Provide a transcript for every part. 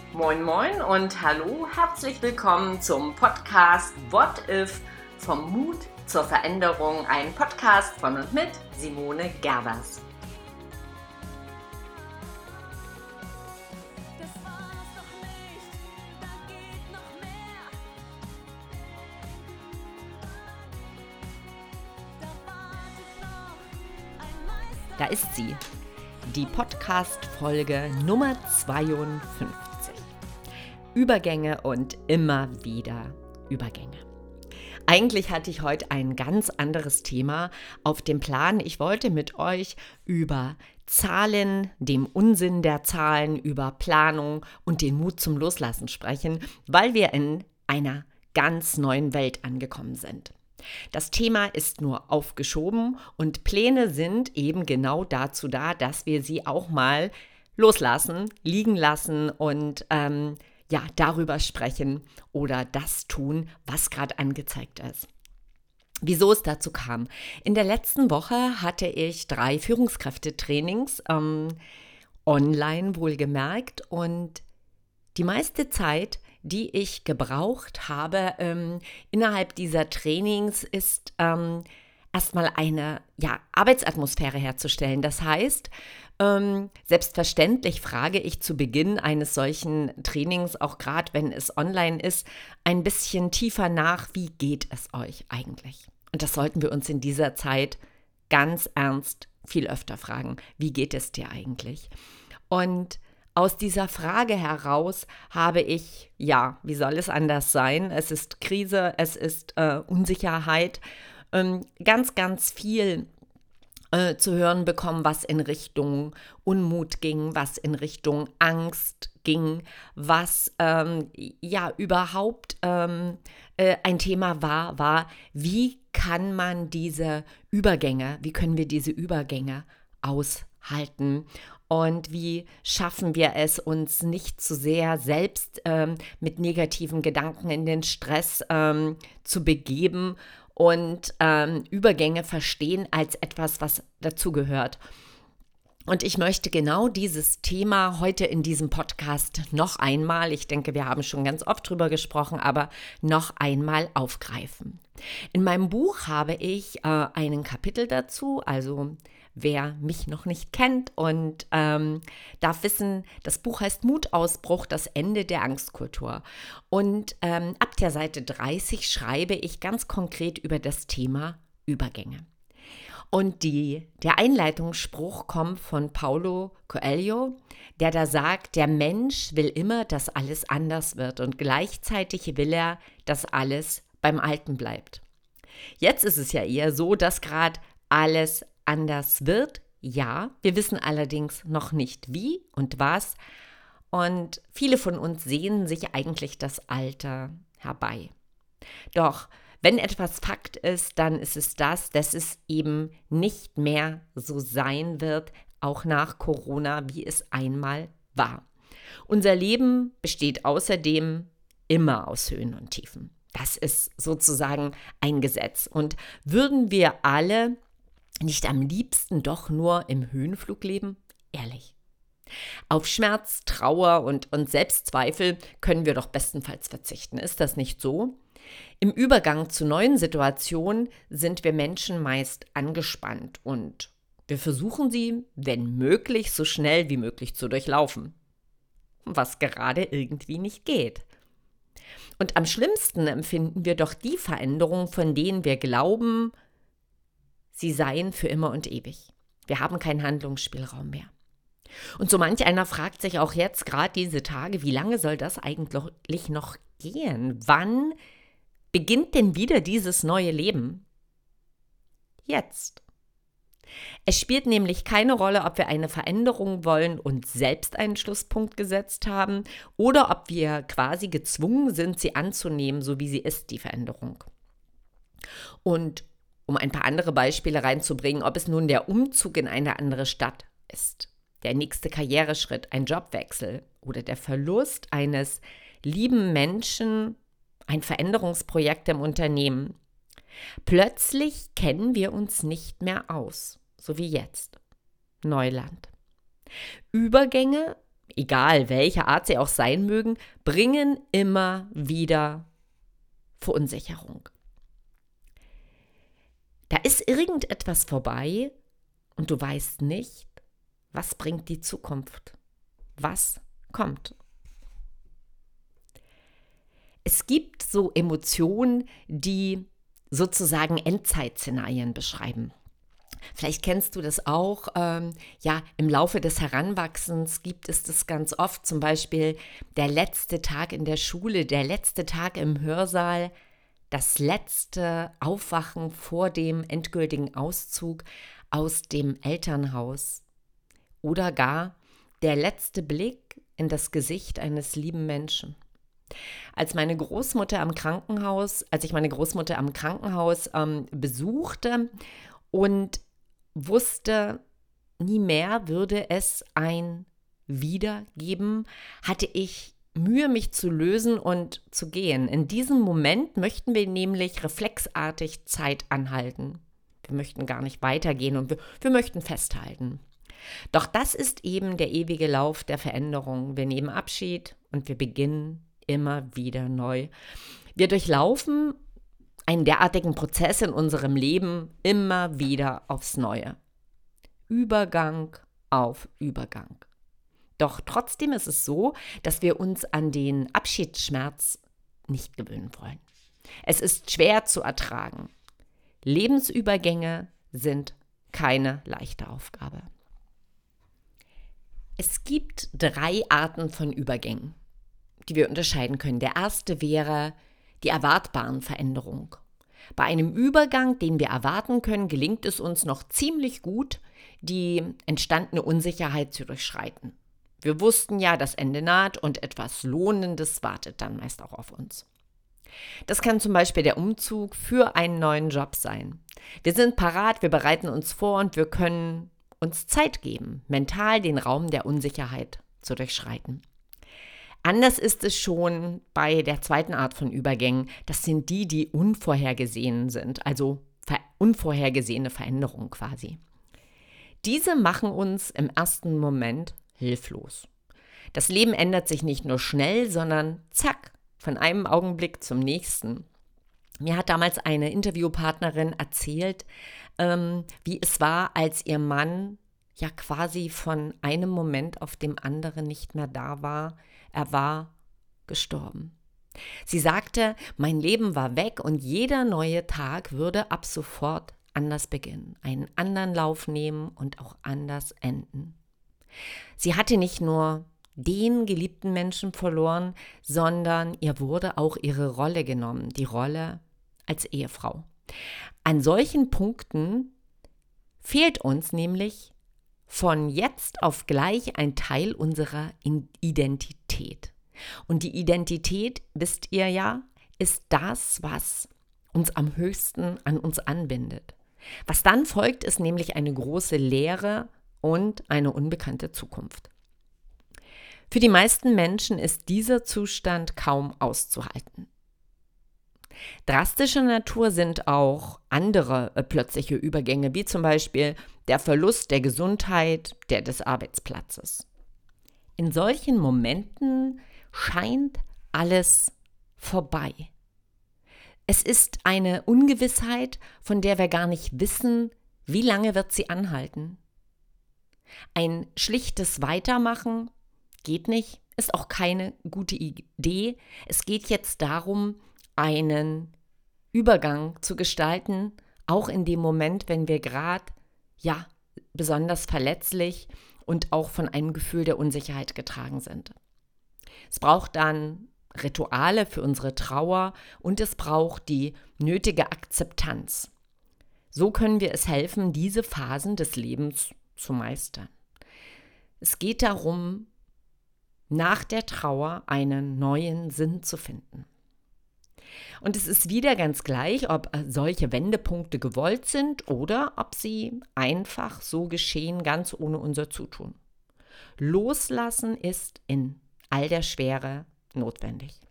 Moin Moin und hallo, herzlich willkommen zum Podcast What If? Vom Mut zur Veränderung, ein Podcast von und mit Simone Gerbers. Da ist sie, die Podcast-Folge Nummer 52. Übergänge und immer wieder Übergänge. Eigentlich hatte ich heute ein ganz anderes Thema auf dem Plan. Ich wollte mit euch über Zahlen, dem Unsinn der Zahlen, über Planung und den Mut zum Loslassen sprechen, weil wir in einer ganz neuen Welt angekommen sind. Das Thema ist nur aufgeschoben und Pläne sind eben genau dazu da, dass wir sie auch mal loslassen, liegen lassen und darüber sprechen oder das tun, was gerade angezeigt ist. Wieso es dazu kam? In der letzten Woche hatte ich 3 Führungskräftetrainings, online wohlgemerkt, und die meiste Zeit, die ich gebraucht habe innerhalb dieser Trainings, ist erstmal eine Arbeitsatmosphäre herzustellen. Das heißt, selbstverständlich frage ich zu Beginn eines solchen Trainings, auch gerade wenn es online ist, ein bisschen tiefer nach, wie geht es euch eigentlich? Und das sollten wir uns in dieser Zeit ganz ernst viel öfter fragen. Wie geht es dir eigentlich? Und aus dieser Frage heraus habe ich, wie soll es anders sein? Es ist Krise, es ist Unsicherheit, ganz, ganz viel zu hören bekommen, was in Richtung Unmut ging, was in Richtung Angst ging, was überhaupt ein Thema war, wie kann man diese Übergänge, wie können wir diese Übergänge aushalten? Und wie schaffen wir es, uns nicht zu sehr selbst mit negativen Gedanken in den Stress zu begeben und Übergänge verstehen als etwas, was dazugehört. Und ich möchte genau dieses Thema heute in diesem Podcast noch einmal, ich denke, wir haben schon ganz oft drüber gesprochen, aber noch einmal aufgreifen. In meinem Buch habe ich einen Kapitel dazu, also wer mich noch nicht kennt und darf wissen, das Buch heißt Mutausbruch, das Ende der Angstkultur. Und ab der Seite 30 schreibe ich ganz konkret über das Thema Übergänge. Und der Einleitungsspruch kommt von Paulo Coelho, der da sagt, der Mensch will immer, dass alles anders wird und gleichzeitig will er, dass alles beim Alten bleibt. Jetzt ist es ja eher so, dass gerade alles anders wird. Ja, wir wissen allerdings noch nicht wie und was. Und viele von uns sehnen sich eigentlich das Alter herbei. Doch wenn etwas Fakt ist, dann ist es das, dass es eben nicht mehr so sein wird, auch nach Corona, wie es einmal war. Unser Leben besteht außerdem immer aus Höhen und Tiefen. Das ist sozusagen ein Gesetz. Und würden wir alle nicht am liebsten doch nur im Höhenflug leben? Ehrlich. Auf Schmerz, Trauer und Selbstzweifel können wir doch bestenfalls verzichten. Ist das nicht so? Im Übergang zu neuen Situationen sind wir Menschen meist angespannt und wir versuchen sie, wenn möglich, so schnell wie möglich zu durchlaufen. Was gerade irgendwie nicht geht. Und am schlimmsten empfinden wir doch die Veränderungen, von denen wir glauben, sie seien für immer und ewig. Wir haben keinen Handlungsspielraum mehr. Und so manch einer fragt sich auch jetzt gerade diese Tage, wie lange soll das eigentlich noch gehen? Wann beginnt denn wieder dieses neue Leben? Jetzt. Es spielt nämlich keine Rolle, ob wir eine Veränderung wollen und selbst einen Schlusspunkt gesetzt haben oder ob wir quasi gezwungen sind, sie anzunehmen, so wie sie ist, die Veränderung. Und um ein paar andere Beispiele reinzubringen, ob es nun der Umzug in eine andere Stadt ist, der nächste Karriereschritt, ein Jobwechsel oder der Verlust eines lieben Menschen, ein Veränderungsprojekt im Unternehmen. Plötzlich kennen wir uns nicht mehr aus, so wie jetzt. Neuland. Übergänge egal welcher Art sie auch sein mögen, bringen immer wieder Verunsicherung. Da ist irgendetwas vorbei und du weißt nicht, was bringt die Zukunft, was kommt. Es gibt so Emotionen, die sozusagen Endzeit-Szenarien beschreiben. Vielleicht kennst du das auch. Im Laufe des Heranwachsens gibt es das ganz oft. Zum Beispiel der letzte Tag in der Schule, der letzte Tag im Hörsaal, das letzte Aufwachen vor dem endgültigen Auszug aus dem Elternhaus oder gar der letzte Blick in das Gesicht eines lieben Menschen. Als ich meine Großmutter am Krankenhaus besuchte und wusste, nie mehr würde es ein Wieder geben, hatte ich Mühe, mich zu lösen und zu gehen. In diesem Moment möchten wir nämlich reflexartig Zeit anhalten. Wir möchten gar nicht weitergehen und wir möchten festhalten. Doch das ist eben der ewige Lauf der Veränderung. Wir nehmen Abschied und wir beginnen immer wieder neu. Wir durchlaufen einen derartigen Prozess in unserem Leben immer wieder aufs Neue. Übergang auf Übergang. Doch trotzdem ist es so, dass wir uns an den Abschiedsschmerz nicht gewöhnen wollen. Es ist schwer zu ertragen. Lebensübergänge sind keine leichte Aufgabe. Es gibt 3 Arten von Übergängen, die wir unterscheiden können. Der erste wäre die erwartbaren Veränderungen. Bei einem Übergang, den wir erwarten können, gelingt es uns noch ziemlich gut, die entstandene Unsicherheit zu durchschreiten. Wir wussten ja, das Ende naht und etwas Lohnendes wartet dann meist auch auf uns. Das kann zum Beispiel der Umzug für einen neuen Job sein. Wir sind parat, wir bereiten uns vor und wir können uns Zeit geben, mental den Raum der Unsicherheit zu durchschreiten. Anders ist es schon bei der zweiten Art von Übergängen. Das sind die unvorhergesehen sind, also unvorhergesehene Veränderungen quasi. Diese machen uns im ersten Moment hilflos. Das Leben ändert sich nicht nur schnell, sondern zack, von einem Augenblick zum nächsten. Mir hat damals eine Interviewpartnerin erzählt, wie es war, als ihr Mann ja quasi von einem Moment auf dem anderen nicht mehr da war. Er war gestorben. Sie sagte, mein Leben war weg und jeder neue Tag würde ab sofort anders beginnen, einen anderen Lauf nehmen und auch anders enden. Sie hatte nicht nur den geliebten Menschen verloren, sondern ihr wurde auch ihre Rolle genommen, die Rolle als Ehefrau. An solchen Punkten fehlt uns nämlich von jetzt auf gleich ein Teil unserer Identität. Und die Identität, wisst ihr ja, ist das, was uns am höchsten an uns anbindet. Was dann folgt, ist nämlich eine große Leere und eine unbekannte Zukunft. Für die meisten Menschen ist dieser Zustand kaum auszuhalten. Drastischer Natur sind auch andere plötzliche Übergänge, wie zum Beispiel der Verlust der Gesundheit, der des Arbeitsplatzes. In solchen Momenten scheint alles vorbei. Es ist eine Ungewissheit, von der wir gar nicht wissen, wie lange wird sie anhalten. Ein schlichtes Weitermachen geht nicht, ist auch keine gute Idee. Es geht jetzt darum, einen Übergang zu gestalten, auch in dem Moment, wenn wir gerade besonders verletzlich und auch von einem Gefühl der Unsicherheit getragen sind. Es braucht dann Rituale für unsere Trauer und es braucht die nötige Akzeptanz. So können wir es helfen, diese Phasen des Lebens zu meistern. Es geht darum, nach der Trauer einen neuen Sinn zu finden. Und es ist wieder ganz gleich, ob solche Wendepunkte gewollt sind oder ob sie einfach so geschehen, ganz ohne unser Zutun. Loslassen ist in all der Schwere notwendig.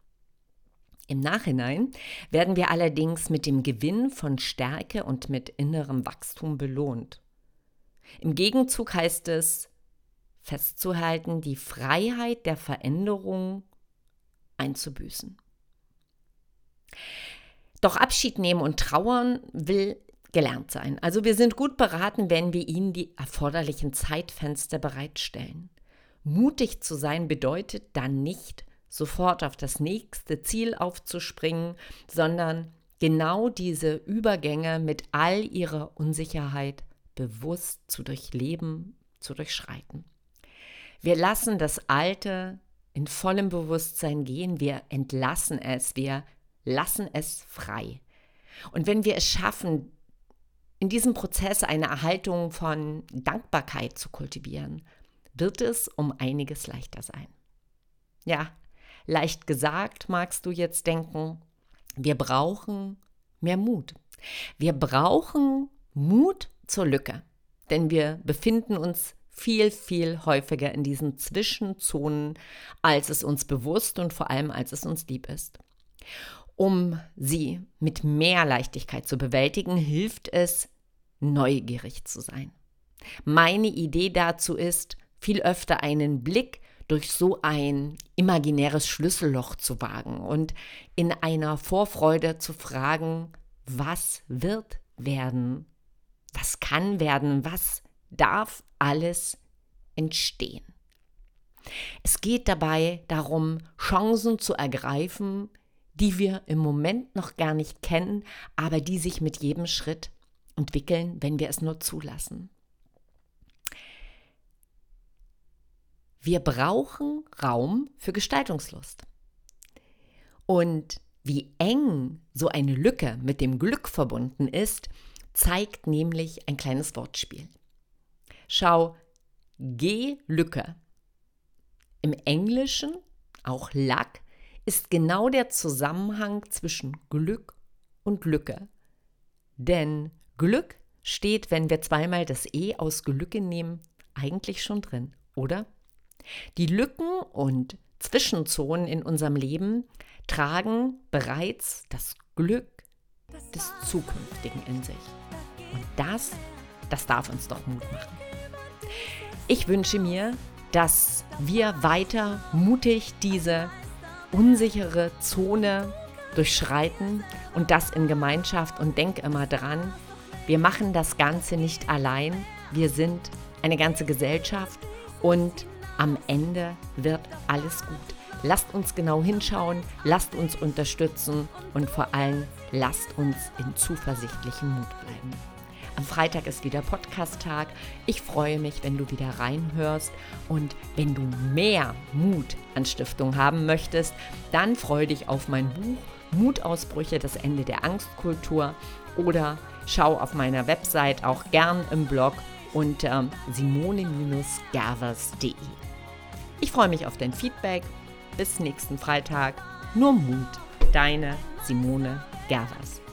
Im Nachhinein werden wir allerdings mit dem Gewinn von Stärke und mit innerem Wachstum belohnt. Im Gegenzug heißt es, festzuhalten, die Freiheit der Veränderung einzubüßen. Doch Abschied nehmen und trauern will gelernt sein. Also wir sind gut beraten, wenn wir ihnen die erforderlichen Zeitfenster bereitstellen. Mutig zu sein bedeutet dann nicht, sofort auf das nächste Ziel aufzuspringen, sondern genau diese Übergänge mit all ihrer Unsicherheit bewusst zu durchleben, zu durchschreiten. Wir lassen das Alte in vollem Bewusstsein gehen, wir entlassen es, wir lassen es frei. Und wenn wir es schaffen, in diesem Prozess eine Haltung von Dankbarkeit zu kultivieren, wird es um einiges leichter sein. Ja, leicht gesagt magst du jetzt denken, wir brauchen mehr Mut. Wir brauchen Mut zur Lücke, denn wir befinden uns viel, viel häufiger in diesen Zwischenzonen, als es uns bewusst und vor allem, als es uns lieb ist. Um sie mit mehr Leichtigkeit zu bewältigen, hilft es, neugierig zu sein. Meine Idee dazu ist, viel öfter einen Blick durch so ein imaginäres Schlüsselloch zu wagen und in einer Vorfreude zu fragen, was wird werden, was kann werden, was darf alles entstehen. Es geht dabei darum, Chancen zu ergreifen, die wir im Moment noch gar nicht kennen, aber die sich mit jedem Schritt entwickeln, wenn wir es nur zulassen. Wir brauchen Raum für Gestaltungslust. Und wie eng so eine Lücke mit dem Glück verbunden ist, zeigt nämlich ein kleines Wortspiel. Schau, G-Lücke. Im Englischen, auch Luck, ist genau der Zusammenhang zwischen Glück und Lücke. Denn Glück steht, wenn wir zweimal das E aus Gelücke nehmen, eigentlich schon drin, oder? Die Lücken und Zwischenzonen in unserem Leben tragen bereits das Glück des Zukünftigen in sich. Und das darf uns doch Mut machen. Ich wünsche mir, dass wir weiter mutig diese unsichere Zone durchschreiten und das in Gemeinschaft. Und denk immer dran, wir machen das Ganze nicht allein. Wir sind eine ganze Gesellschaft und am Ende wird alles gut. Lasst uns genau hinschauen, lasst uns unterstützen und vor allem lasst uns in zuversichtlichem Mut bleiben. Am Freitag ist wieder Podcast-Tag. Ich freue mich, wenn du wieder reinhörst. Und wenn du mehr Mutanstiftung haben möchtest, dann freue dich auf mein Buch Mutausbrüche, das Ende der Angstkultur. Oder schau auf meiner Website auch gern im Blog unter simone-gervers.de. Ich freue mich auf dein Feedback. Bis nächsten Freitag. Nur Mut. Deine Simone Gervers.